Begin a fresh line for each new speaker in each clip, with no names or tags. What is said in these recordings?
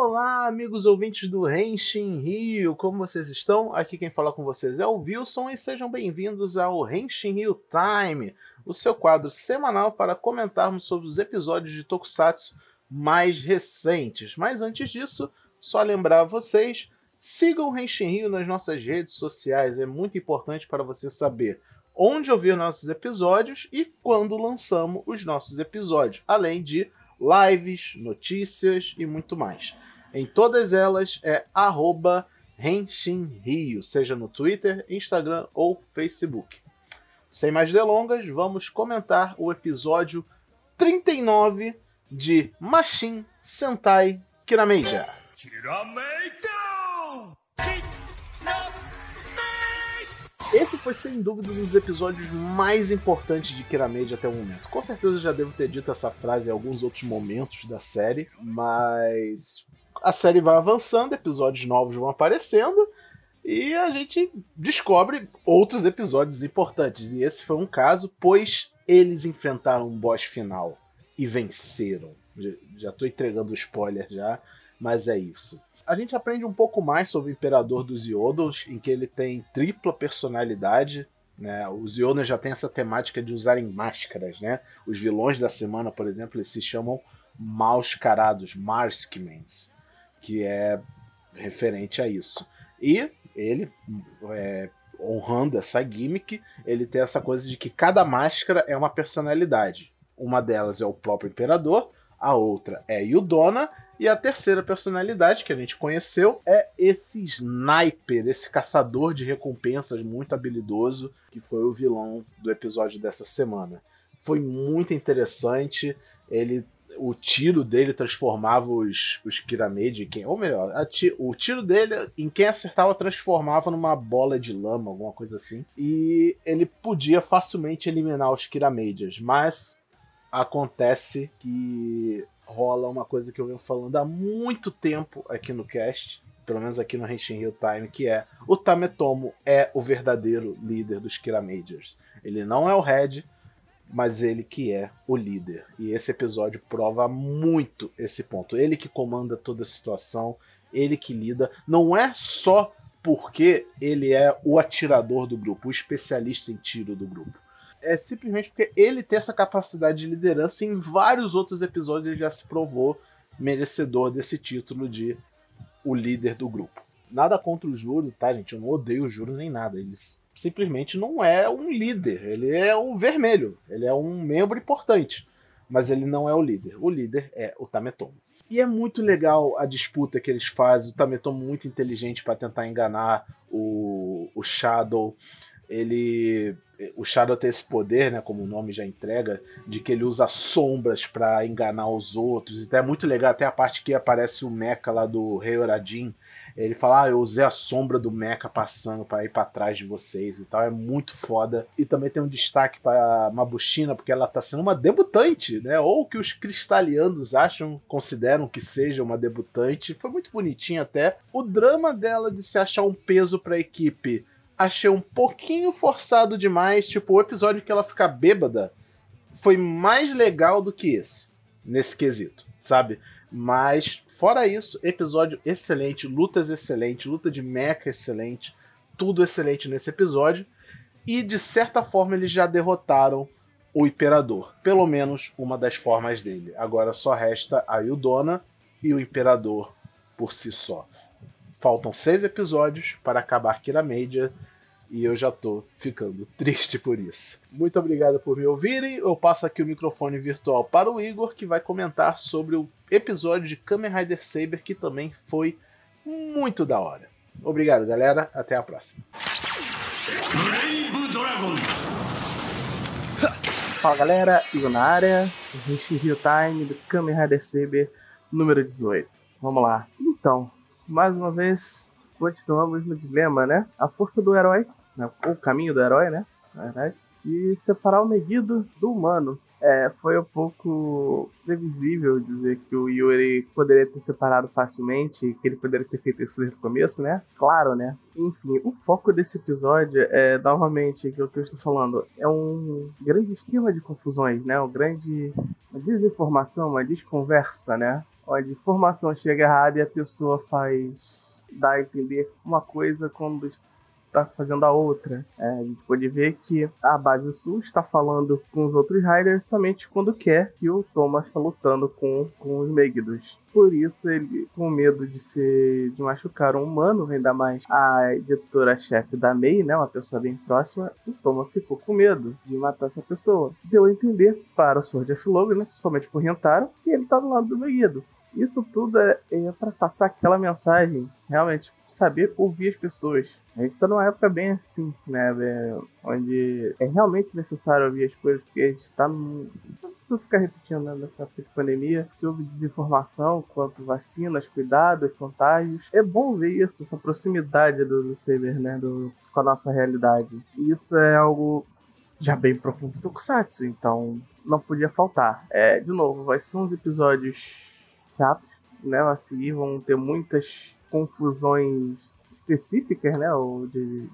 Olá, amigos ouvintes do Henshin Rio, como vocês estão? Aqui quem fala com vocês é o Wilson e sejam bem-vindos ao Henshin Rio Time, o seu quadro semanal para comentarmos sobre os episódios de Tokusatsu mais recentes. Mas antes disso, só lembrar vocês, sigam o Henshin Rio nas nossas redes sociais, é muito importante para você saber onde ouvir nossos episódios e quando lançamos os nossos episódios, além de lives, notícias e muito mais. Em todas elas é @HenshinRio, seja no Twitter, Instagram ou Facebook. Sem mais delongas, vamos comentar o episódio 39 de Machin Sentai Kirameija. Esse foi sem dúvida um dos episódios mais importantes de Kirameija até o momento. Com certeza eu já devo ter dito essa frase em alguns outros momentos da série, mas a série vai avançando, episódios novos vão aparecendo e a gente descobre outros episódios importantes. E esse foi um caso, pois eles enfrentaram um boss final e venceram. Já estou entregando o spoiler já, mas é isso. A gente aprende um pouco mais sobre o Imperador dos Iodos, em que ele tem tripla personalidade, né? Os Iodos já têm essa temática de usarem máscaras, né? Os vilões da semana, por exemplo, eles se chamam Mauscarados, Maskmans, que é referente a isso. E ele, honrando essa gimmick, ele tem essa coisa de que cada máscara é uma personalidade. Uma delas é o próprio Imperador, a outra é Yudona, e a terceira personalidade que a gente conheceu é esse sniper, esse caçador de recompensas muito habilidoso, que foi o vilão do episódio dessa semana. Foi muito interessante, o tiro dele transformava os Kirameiji, ou melhor, o tiro dele em quem acertava transformava numa bola de lama, alguma coisa assim, e ele podia facilmente eliminar os Kirameijas, mas acontece que rola uma coisa que eu venho falando há muito tempo aqui no cast, pelo menos aqui no Henshin Rio Time, que é o Tametomo é o verdadeiro líder dos Kirameijas. Ele não é o Head, mas ele que é o líder. E esse episódio prova muito esse ponto. Ele que comanda toda a situação, ele que lida. Não é só porque ele é o atirador do grupo, o especialista em tiro do grupo. É simplesmente porque ele tem essa capacidade de liderança e em vários outros episódios ele já se provou merecedor desse título de o líder do grupo. Nada contra o Juro, tá, gente? Eu não odeio o Juro nem nada. Ele simplesmente não é um líder. Ele é o vermelho. Ele é um membro importante. Mas ele não é o líder. O líder é o Tametomo. E é muito legal a disputa que eles fazem. O Tametomo muito inteligente para tentar enganar o Shadow. O Shadow tem esse poder, né, como o nome já entrega, de que ele usa sombras pra enganar os outros. Então é muito legal, até a parte que aparece o mecha lá do Rei Oradin. Ele fala, eu usei a sombra do mecha passando pra ir pra trás de vocês e tal. É muito foda. E também tem um destaque pra Mabushina, porque ela tá sendo uma debutante, né? Ou que os cristalianos consideram que seja uma debutante. Foi muito bonitinho até. O drama dela de se achar um peso pra equipe achei um pouquinho forçado demais. Tipo, o episódio que ela fica bêbada foi mais legal do que esse, nesse quesito, sabe? Mas, fora isso, episódio excelente, lutas excelentes, luta de mecha excelente, tudo excelente nesse episódio. E, de certa forma, eles já derrotaram o Imperador. Pelo menos uma das formas dele. Agora só resta a Yudona e o Imperador por si só. Faltam 6 episódios para acabar Kirameija e eu já tô ficando triste por isso. Muito obrigado por me ouvirem. Eu passo aqui o microfone virtual para o Igor, que vai comentar sobre o episódio de Kamen Rider Saber, que também foi muito da hora. Obrigado, galera. Até a próxima.
Fala, galera. Igor na área. Henshin Rio Time do Kamen Rider Saber número 18. Vamos lá. Então, mais uma vez, continuamos no dilema, né? A força do herói, né? Ou o caminho do herói, né? Na verdade. E separar o Megiddo do humano. Foi um pouco previsível dizer que o Yuri poderia ter separado facilmente, que ele poderia ter feito isso desde o começo, né? Claro, né? Enfim, o foco desse episódio é, novamente, aquilo que eu estou falando, é um grande esquema de confusões, né? Uma desinformação, uma desconversa, né? Onde a informação chega errada e a pessoa dá a entender uma coisa quando está fazendo a outra. A gente pode ver que a base sul está falando com os outros Riders somente quando quer que o Thomas está lutando com os Megiddos. Por isso, ele, com medo de machucar um humano, ainda mais a editora-chefe da May, né, uma pessoa bem próxima, o Thomas ficou com medo de matar essa pessoa. Deu a entender para o Sword of Logos, né, principalmente por Rentaro, que ele está do lado do Megiddo. Isso tudo é para passar aquela mensagem, realmente, saber ouvir as pessoas. A gente está numa época bem assim, né? Onde é realmente necessário ouvir as coisas, porque a gente está não precisa ficar repetindo, né, nessa época de pandemia, que houve desinformação quanto vacinas, cuidados, contágios. É bom ver isso, essa proximidade do Saber, né? Com a nossa realidade. E isso é algo já bem profundo do Tokusatsu, então não podia faltar. De novo, vai ser uns episódios chatos, né? A seguir vão ter muitas confusões específicas, né? Ou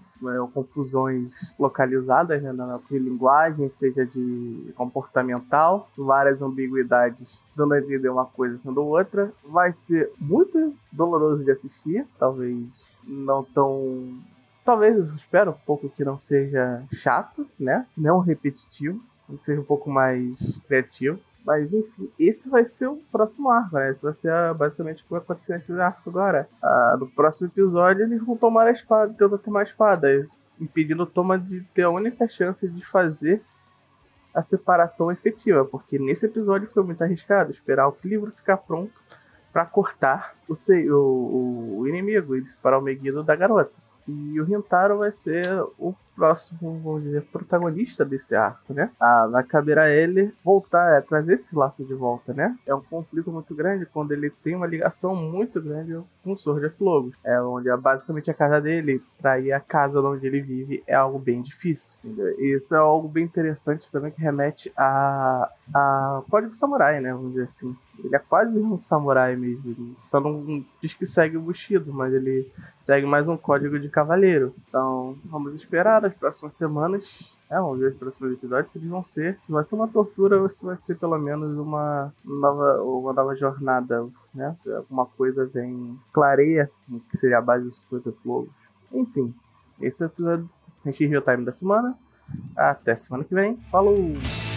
confusões localizadas, né? De linguagem, seja de comportamental, várias ambiguidades dando a entender uma coisa sendo outra. Vai ser muito doloroso de assistir, talvez não tão... Talvez, eu espero um pouco que não seja chato, né? Não repetitivo, que seja um pouco mais criativo. Mas enfim, esse vai ser o próximo arco, né? Esse vai ser basicamente o que vai acontecer nesse arco agora. No próximo episódio eles vão tomar a espada, tentar tomar a espada, impedindo o Toma de ter a única chance de fazer a separação efetiva, porque nesse episódio foi muito arriscado esperar o livro ficar pronto para cortar o inimigo e separar o Megiddo da garota. E o Rintaro vai ser o próximo, vamos dizer, protagonista desse arco, né? Vai caber a ele voltar, trazer esse laço de volta, né? É um conflito muito grande quando ele tem uma ligação muito grande com o Sword of Logos. Onde basicamente a casa dele, trair a casa onde ele vive, é algo bem difícil. Entendeu? E isso é algo bem interessante também, que remete a Código Samurai, né? Vamos dizer assim. Ele é quase um samurai mesmo. Ele só não diz que segue o Bushido, mas ele segue mais um código de cavaleiro. Então, vamos esperar as próximas semanas. Vamos ver os próximos episódios, se eles vão ser. Se vai ser uma tortura ou se vai ser pelo menos uma nova jornada, né? Alguma coisa vem clareia, que seria a base dos 50 Flowers. Enfim, esse é o episódio Renshi Real Time da semana. Até semana que vem. Falou!